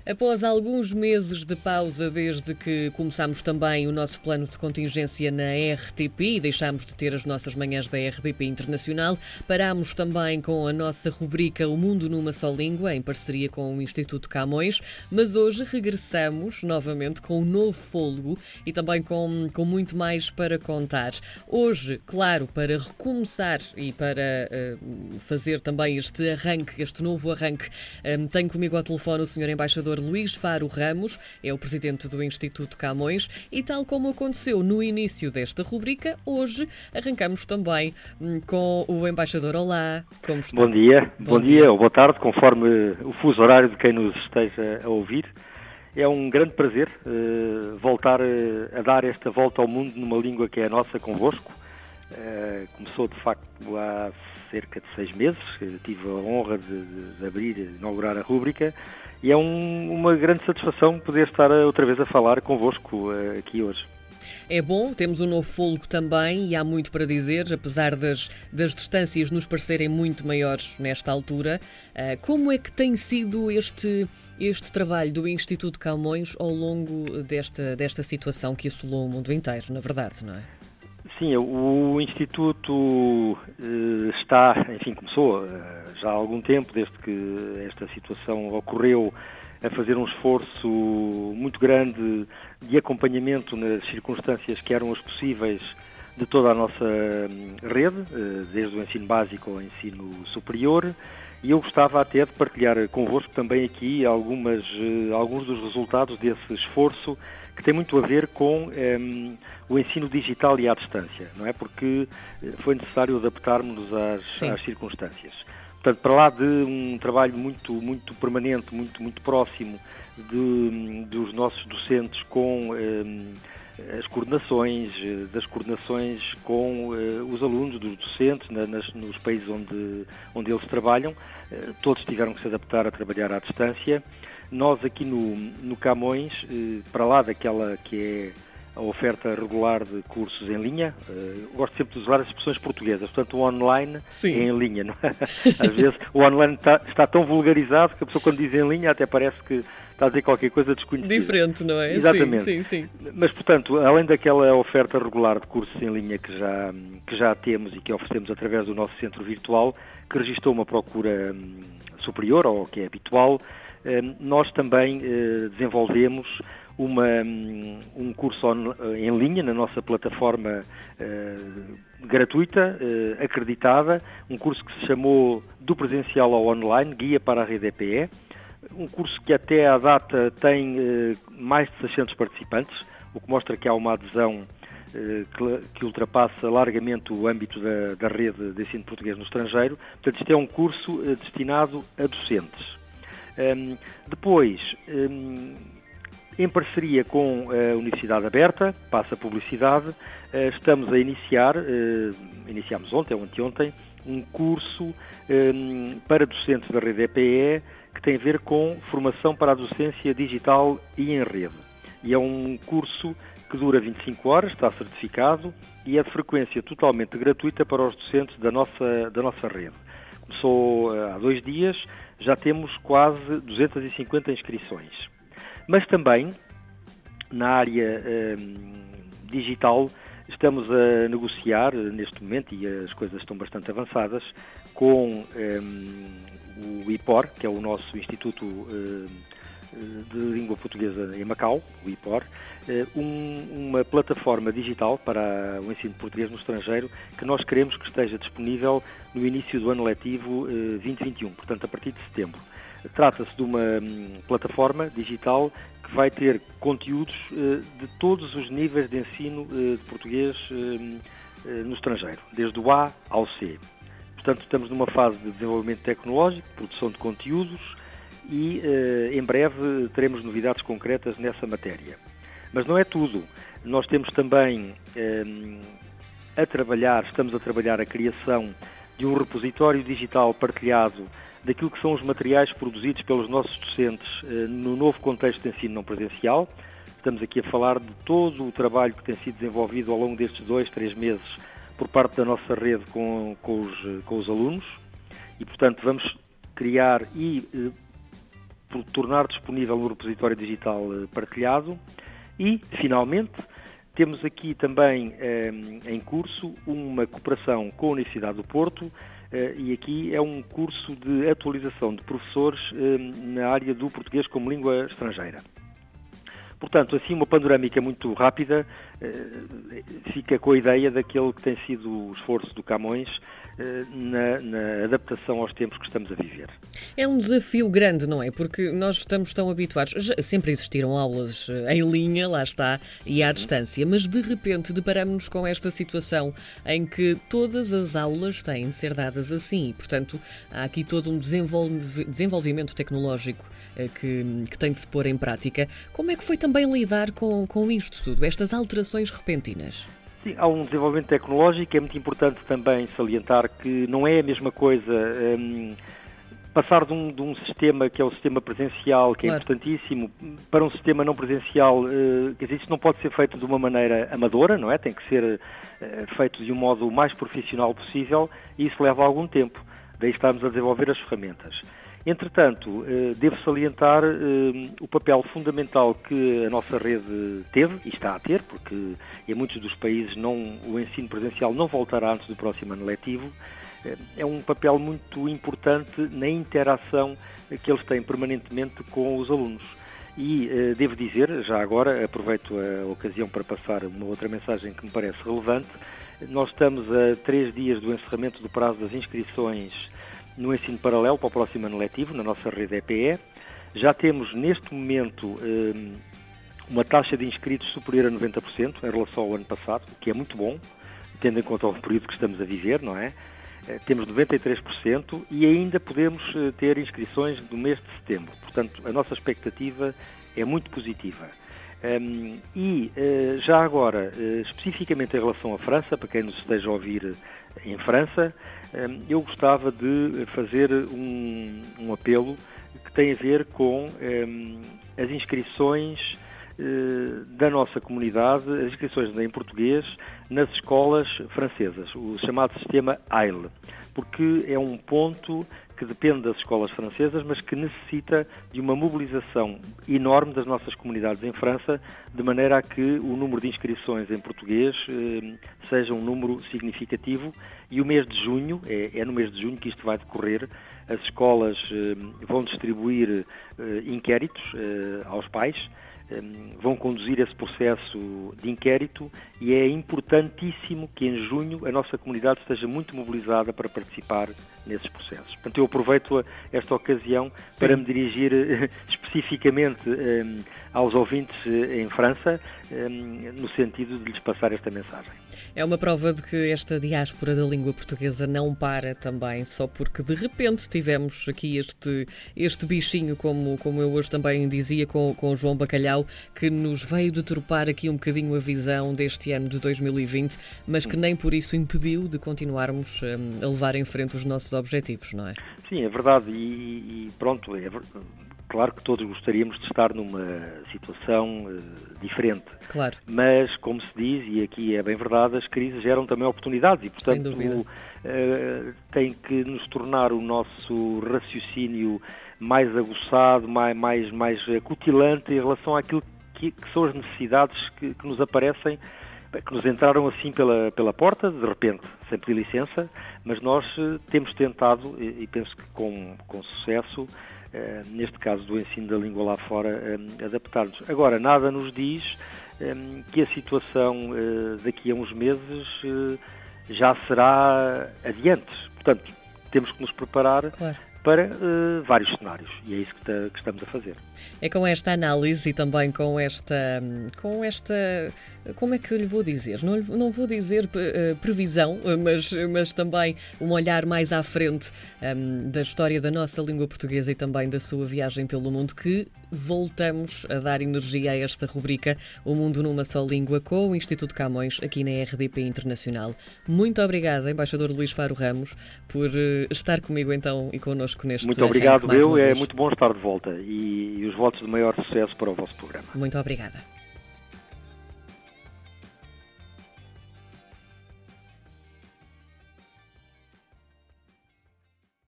Após alguns meses de pausa, desde que começámos também o nosso plano de contingência na RTP e deixámos de ter as nossas manhãs da RTP Internacional, parámos também com a nossa rubrica O Mundo numa Só Língua, em parceria com o Instituto Camões, mas hoje regressamos novamente com um novo fôlego e também com muito mais para contar. Hoje, claro, para recomeçar e para fazer também este novo arranque, tenho comigo ao telefone o Sr. Embaixador Luís Faro Ramos, é o presidente do Instituto Camões e, tal como aconteceu no início desta rubrica, hoje arrancamos também com o embaixador. Olá, como está? Bom dia ou boa tarde, conforme o fuso horário de quem nos esteja a ouvir. É um grande prazer voltar a dar esta volta ao mundo numa língua que é a nossa convosco. Começou de facto há cerca de 6 meses, tive a honra de abrir e inaugurar a rúbrica e é uma grande satisfação poder estar outra vez a falar convosco aqui hoje. É bom, temos um novo fôlego também e há muito para dizer, apesar das distâncias nos parecerem muito maiores nesta altura. Como é que tem sido este trabalho do Instituto Camões ao longo desta situação que assolou o mundo inteiro, na verdade, não é? Sim, o Instituto começou já há algum tempo, desde que esta situação ocorreu, a fazer um esforço muito grande de acompanhamento nas circunstâncias que eram as possíveis de toda a nossa rede, desde o ensino básico ao ensino superior, e eu gostava até de partilhar convosco também aqui alguns dos resultados desse esforço que tem muito a ver com o ensino digital e à distância, não é? Porque foi necessário adaptarmos-nos às circunstâncias. Portanto, para lá de um trabalho muito permanente, muito próximo dos nossos docentes com as coordenações, das coordenações com os alunos, dos docentes, nos países onde eles trabalham, todos tiveram que se adaptar a trabalhar à distância. Nós aqui no Camões, para lá daquela que é a oferta regular de cursos em linha, gosto sempre de usar as expressões portuguesas, portanto o online é em linha, não é? Às vezes o online está tão vulgarizado que a pessoa quando diz em linha até parece que está a dizer qualquer coisa desconhecida. Diferente, não é? Exatamente. Sim. Mas, portanto, além daquela oferta regular de cursos em linha que já temos e que oferecemos através do nosso centro virtual, que registrou uma procura superior ao que é habitual, nós também desenvolvemos um curso em linha na nossa plataforma gratuita, acreditada, um curso que se chamou Do Presencial ao Online, Guia para a Rede EPE, um curso que até à data tem mais de 600 participantes, o que mostra que há uma adesão que ultrapassa largamente o âmbito da rede de ensino português no estrangeiro. Portanto, isto é um curso destinado a docentes. Depois, em parceria com a Universidade Aberta, passa a publicidade, estamos a iniciámos ontem ou anteontem, um curso para docentes da rede EPE que tem a ver com formação para a docência digital e em rede. E é um curso que dura 25 horas, está certificado e é de frequência totalmente gratuita para os docentes da nossa rede. Começou há 2 dias, já temos quase 250 inscrições. Mas também, na área digital, estamos a negociar neste momento, e as coisas estão bastante avançadas, com o IPOR, que é o nosso Instituto de Língua Portuguesa em Macau, o IPOR, uma plataforma digital para o ensino português no estrangeiro que nós queremos que esteja disponível no início do ano letivo 2021, portanto a partir de setembro. Trata-se de uma plataforma digital que vai ter conteúdos de todos os níveis de ensino de português no estrangeiro, desde o A ao C. Portanto, estamos numa fase de desenvolvimento tecnológico, produção de conteúdos e em breve teremos novidades concretas nessa matéria. Mas não é tudo. Nós temos também estamos a trabalhar a criação de um repositório digital partilhado daquilo que são os materiais produzidos pelos nossos docentes no novo contexto de ensino não presencial. Estamos aqui a falar de todo o trabalho que tem sido desenvolvido ao longo destes 2, 3 meses por parte da nossa rede com os alunos e, portanto, vamos criar e tornar disponível um repositório digital partilhado e, finalmente, temos aqui também em curso uma cooperação com a Universidade do Porto e aqui é um curso de atualização de professores na área do português como língua estrangeira. Portanto, assim, uma panorâmica muito rápida, fica com a ideia daquele que tem sido o esforço do Camões na adaptação aos tempos que estamos a viver. É um desafio grande, não é? Porque nós estamos tão habituados, sempre existiram aulas em linha, lá está, e à distância, mas de repente deparamos-nos com esta situação em que todas as aulas têm de ser dadas assim e, portanto, há aqui todo um desenvolvimento tecnológico que tem de se pôr em prática. Como é que foi também lidar com isto tudo, estas alterações repentinas? Sim, há um desenvolvimento tecnológico, é muito importante também salientar que não é a mesma coisa passar de um sistema que é o sistema presencial, que é importantíssimo, para um sistema não presencial, quer dizer, isto não pode ser feito de uma maneira amadora, não é? Tem que ser feito de um modo o mais profissional possível e isso leva algum tempo, daí estarmos a desenvolver as ferramentas. Entretanto, devo salientar o papel fundamental que a nossa rede teve e está a ter, porque em muitos dos países o ensino presencial não voltará antes do próximo ano letivo. É um papel muito importante na interação que eles têm permanentemente com os alunos. E devo dizer, já agora, aproveito a ocasião para passar uma outra mensagem que me parece relevante, nós estamos a 3 dias do encerramento do prazo das inscrições no ensino paralelo para o próximo ano letivo, na nossa rede EPE. Já temos, neste momento, uma taxa de inscritos superior a 90% em relação ao ano passado, o que é muito bom, tendo em conta o período que estamos a viver, não é? Temos 93% e ainda podemos ter inscrições no mês de setembro. Portanto, a nossa expectativa é muito positiva. Já agora, especificamente em relação à França, para quem nos esteja a ouvir em França, eu gostava de fazer um apelo que tem a ver com as inscrições da nossa comunidade, as inscrições em português nas escolas francesas, o chamado sistema AIL, porque é um ponto que depende das escolas francesas, mas que necessita de uma mobilização enorme das nossas comunidades em França, de maneira a que o número de inscrições em português seja um número significativo. E o mês de junho, é no mês de junho que isto vai decorrer, as escolas vão distribuir inquéritos aos pais, vão conduzir esse processo de inquérito e é importantíssimo que em junho a nossa comunidade esteja muito mobilizada para participar nesses processos. Portanto, eu aproveito esta ocasião para me dirigir especificamente aos ouvintes em França, no sentido de lhes passar esta mensagem. É uma prova de que esta diáspora da língua portuguesa não para também, só porque de repente tivemos aqui este bichinho, como eu hoje também dizia com o João Bacalhau, que nos veio deturpar aqui um bocadinho a visão deste ano de 2020, mas que nem por isso impediu de continuarmos a levar em frente os nossos objetivos, não é? Sim, é verdade e pronto, claro que todos gostaríamos de estar numa situação diferente. Claro. Mas, como se diz, e aqui é bem verdade, as crises geram também oportunidades e, portanto, tem que nos tornar o nosso raciocínio mais aguçado, mais acutilante em relação àquilo que são as necessidades que nos aparecem, que nos entraram assim pela porta, de repente, sem pedir licença, mas nós temos tentado, e penso que com sucesso, neste caso do ensino da língua lá fora, adaptar-nos. Agora, nada nos diz que a situação daqui a uns meses já será adiante. Portanto, temos que nos preparar para vários cenários e é isso que estamos a fazer. É com esta análise e também com esta como é que eu lhe vou dizer? Não vou dizer previsão, mas também um olhar mais à frente da história da nossa língua portuguesa e também da sua viagem pelo mundo, que voltamos a dar energia a esta rubrica O Mundo numa Só Língua com o Instituto Camões aqui na RDP Internacional. Muito obrigada, Embaixador Luís Faro Ramos, por estar comigo então e connosco neste Muito obrigado, é muito bom estar de volta e os votos de maior sucesso para o vosso programa. Muito obrigada.